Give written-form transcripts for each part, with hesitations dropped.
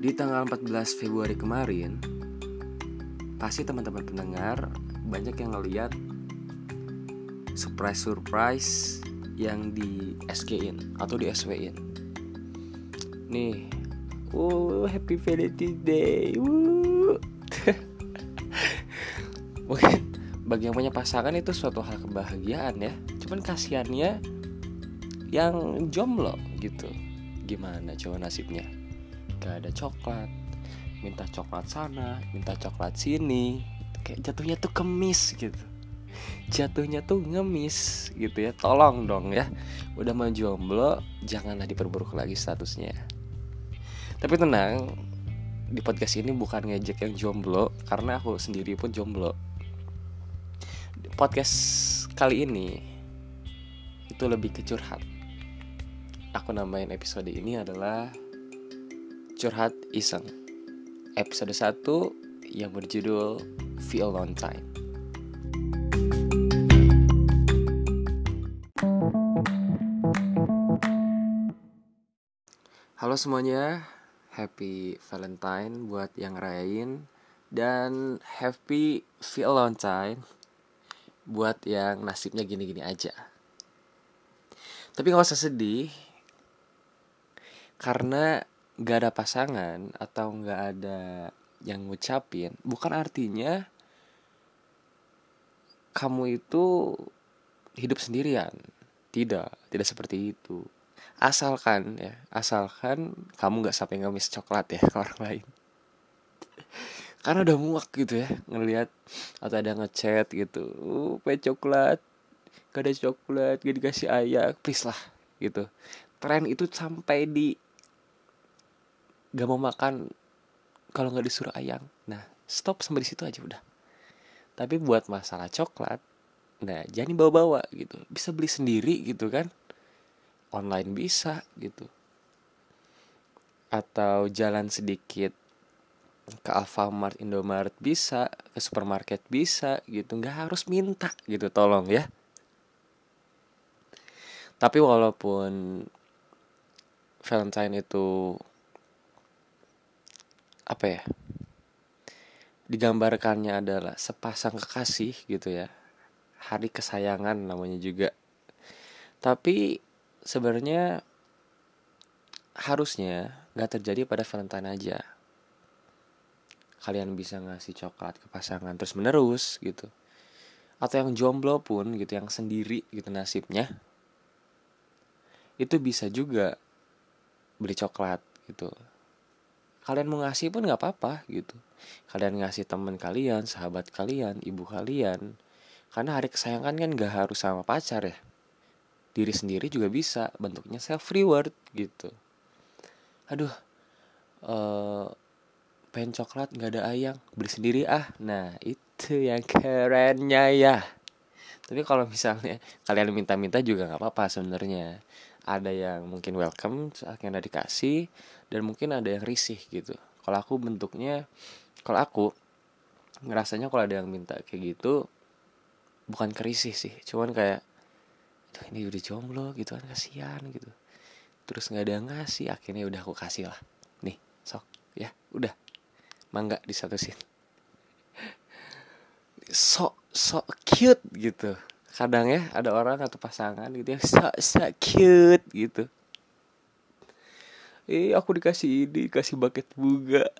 Di tanggal 14 Februari kemarin, pasti teman-teman pendengar banyak yang ngeliat surprise yang di SG-in atau di SW-in. Nih, happy Valentine's Day. Mungkin bagi yang punya pasangan itu suatu hal kebahagiaan ya. Cuman kasihannya yang jomblo gitu. Gimana coba nasibnya? Gak ada coklat, minta coklat sana, minta coklat sini, kayak jatuhnya tuh kemis gitu, jatuhnya tuh ngemis gitu ya. Tolong dong ya, udah mau jomblo janganlah diperburuk lagi statusnya. Tapi tenang, di podcast ini bukan ngejek yang jomblo, karena aku sendiri pun jomblo. Di podcast kali ini itu lebih ke curhat. Aku namain episode ini adalah Curhat Iseng, episode 1 yang berjudul Feel Alone Time. Halo semuanya, happy Valentine buat yang ngerayain, dan happy Feel Alone Time buat yang nasibnya gini-gini aja. Tapi gak usah sedih, karena gak ada pasangan atau gak ada yang ngucapin bukan artinya kamu itu hidup sendirian. Tidak seperti itu. Asalkan kamu gak sampai ngemis coklat ya ke orang lain. Karena udah muak gitu ya ngelihat atau ada ngechat gitu, pengen coklat, gak ada coklat, gak dikasih ayah, please lah gitu. Tren itu sampai di gak mau makan kalau nggak disuruh ayang. Nah, stop sampai di situ aja udah. Tapi buat masalah coklat, nah jangan bawa-bawa gitu. Bisa beli sendiri gitu kan, online bisa gitu, atau jalan sedikit ke Alfamart, Indomaret bisa, ke supermarket bisa gitu. Nggak harus minta gitu, tolong ya. Tapi walaupun Valentine itu apa ya, digambarkannya adalah sepasang kekasih gitu ya, hari kesayangan namanya juga. Tapi sebenarnya harusnya gak terjadi pada Valentine aja. Kalian bisa ngasih coklat ke pasangan terus menerus gitu. Atau yang jomblo pun gitu, yang sendiri gitu nasibnya, itu bisa juga beli coklat gitu. Kalian mau ngasih pun gak apa-apa gitu. Kalian ngasih teman kalian, sahabat kalian, ibu kalian. Karena hari kesayangan kan gak harus sama pacar ya. Diri sendiri juga bisa, bentuknya self reward gitu. Aduh, pengen coklat gak ada ayang, beli sendiri ah. Nah itu yang kerennya ya. Tapi kalau misalnya kalian minta-minta juga gak apa-apa sebenarnya. Ada yang mungkin welcome akhirnya dikasih, dan mungkin ada yang risih gitu. Kalau aku bentuknya, kalau aku ngerasanya kalau ada yang minta kayak gitu, bukan kerisih sih, cuman kayak ini udah jomblo gitu kan, kasihan gitu. Terus gak ada yang ngasih, akhirnya udah aku kasih lah. Nih, sok ya, udah, mangga disatusin. So cute gitu. Kadang ya ada orang atau pasangan gitu yang so cute gitu. Aku dikasih ini, dikasih bucket bunga.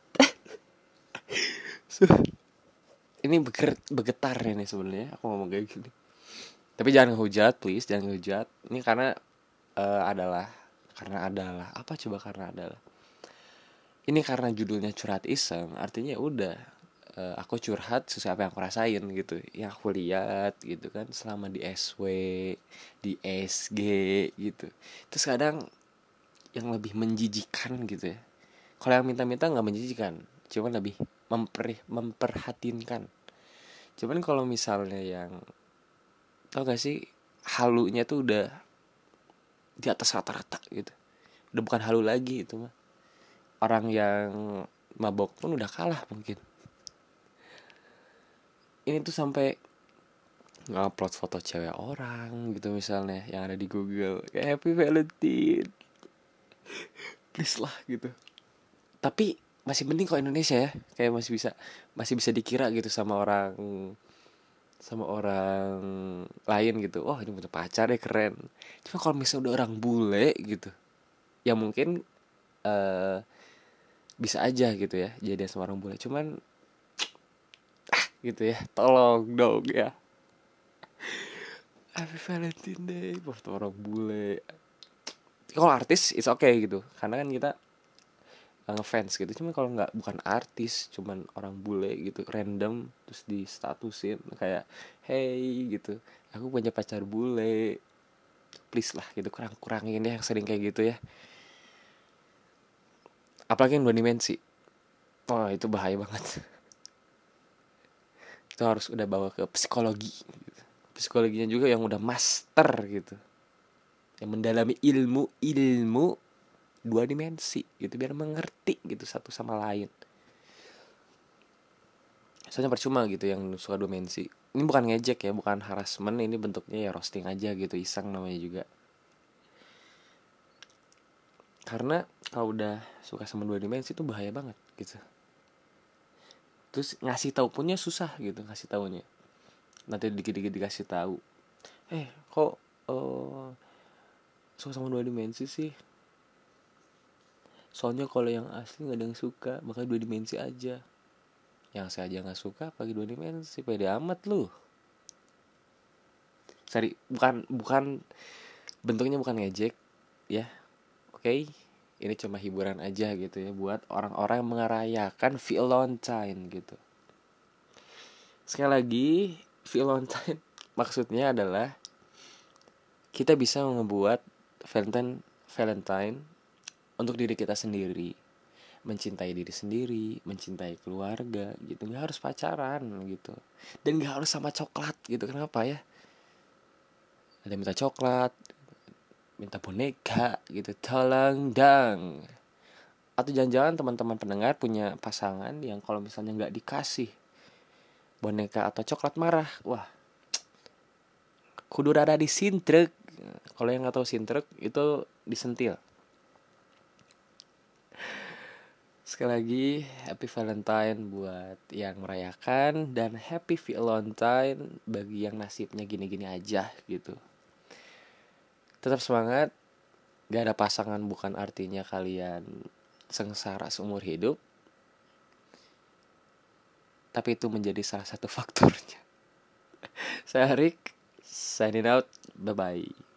Ini bergetar ini sebenarnya aku ngomong kayak gini. Tapi jangan ngehujat, please, jangan ngehujat. Ini karena adalah apa coba, karena adalah ini karena judulnya curhat iseng, artinya udah aku curhat sesuai apa yang aku rasain gitu, yang aku lihat gitu kan selama di SW, di SG gitu. Terus kadang yang lebih menjijikan gitu ya, kalau yang minta-minta nggak menjijikan, cuman lebih memperhatinkan. Cuman kalau misalnya yang, tau gak sih, halunya tuh udah di atas rata-rata gitu, udah bukan halu lagi itu mah. Orang yang mabok pun udah kalah mungkin. Ini tuh sampai nge-upload foto cewek orang gitu misalnya yang ada di Google, kayak Happy Valentine, please lah gitu. Tapi masih penting kok Indonesia ya, kayak masih bisa dikira gitu sama orang lain gitu. Oh, ini punya pacar ya, keren. Cuma kalau misalnya udah orang bule gitu, ya mungkin eh bisa aja gitu ya jadi sama orang bule. Cuman gitu ya, tolong dong ya, Happy Valentine Day buat orang bule. Kalau artis it's okay gitu, karena kan kita ngefans gitu. Cuma kalau nggak, bukan artis, cuman orang bule gitu random terus di statusin kayak hey gitu, aku punya pacar bule, please lah gitu, kurangin ya yang sering kayak gitu ya. Apalagi yang 2 dimensi, oh itu bahaya banget. Itu harus udah bawa ke psikologi gitu. Psikologinya juga yang udah master gitu, yang mendalami ilmu 2 dimensi gitu, biar mengerti gitu satu sama lain. Soalnya percuma gitu yang suka 2 dimensi. Ini bukan ngejek ya, bukan harassment, ini bentuknya ya roasting aja gitu, iseng namanya juga. Karena kalau udah suka sama 2 dimensi itu bahaya banget gitu. Terus ngasih tahu punya susah gitu, ngasih taunya. Nanti dikit-dikit dikasih tahu. Kok suka sama 2 dimensi sih? Soalnya kalau yang asli nggak ada yang suka, makanya 2 dimensi aja. Yang saya aja nggak suka, pakai 2 dimensi, pede amat lu. Sorry, bukan bentuknya bukan ngejek ya. Oke, ini cuma hiburan aja gitu ya buat orang-orang yang merayakan Valentine gitu. Sekali lagi, Valentine maksudnya adalah kita bisa ngebuat Valentine untuk diri kita sendiri, mencintai diri sendiri, mencintai keluarga gitu. Nggak harus pacaran gitu, dan nggak harus sama coklat gitu. Kenapa ya? Ada minta coklat, minta boneka gitu, tolong dang. Atau jangan-jangan teman-teman pendengar punya pasangan yang kalau misalnya nggak dikasih boneka atau coklat marah. Wah, kudu rada disintrek. Kalau yang nggak tahu sintrek itu disentil. Sekali lagi, Happy Valentine buat yang merayakan, dan Happy Valentine bagi yang nasibnya gini-gini aja gitu. Tetap semangat. Gak ada pasangan bukan artinya kalian sengsara seumur hidup, tapi itu menjadi salah satu faktornya. Saya Rick, signing out, bye bye.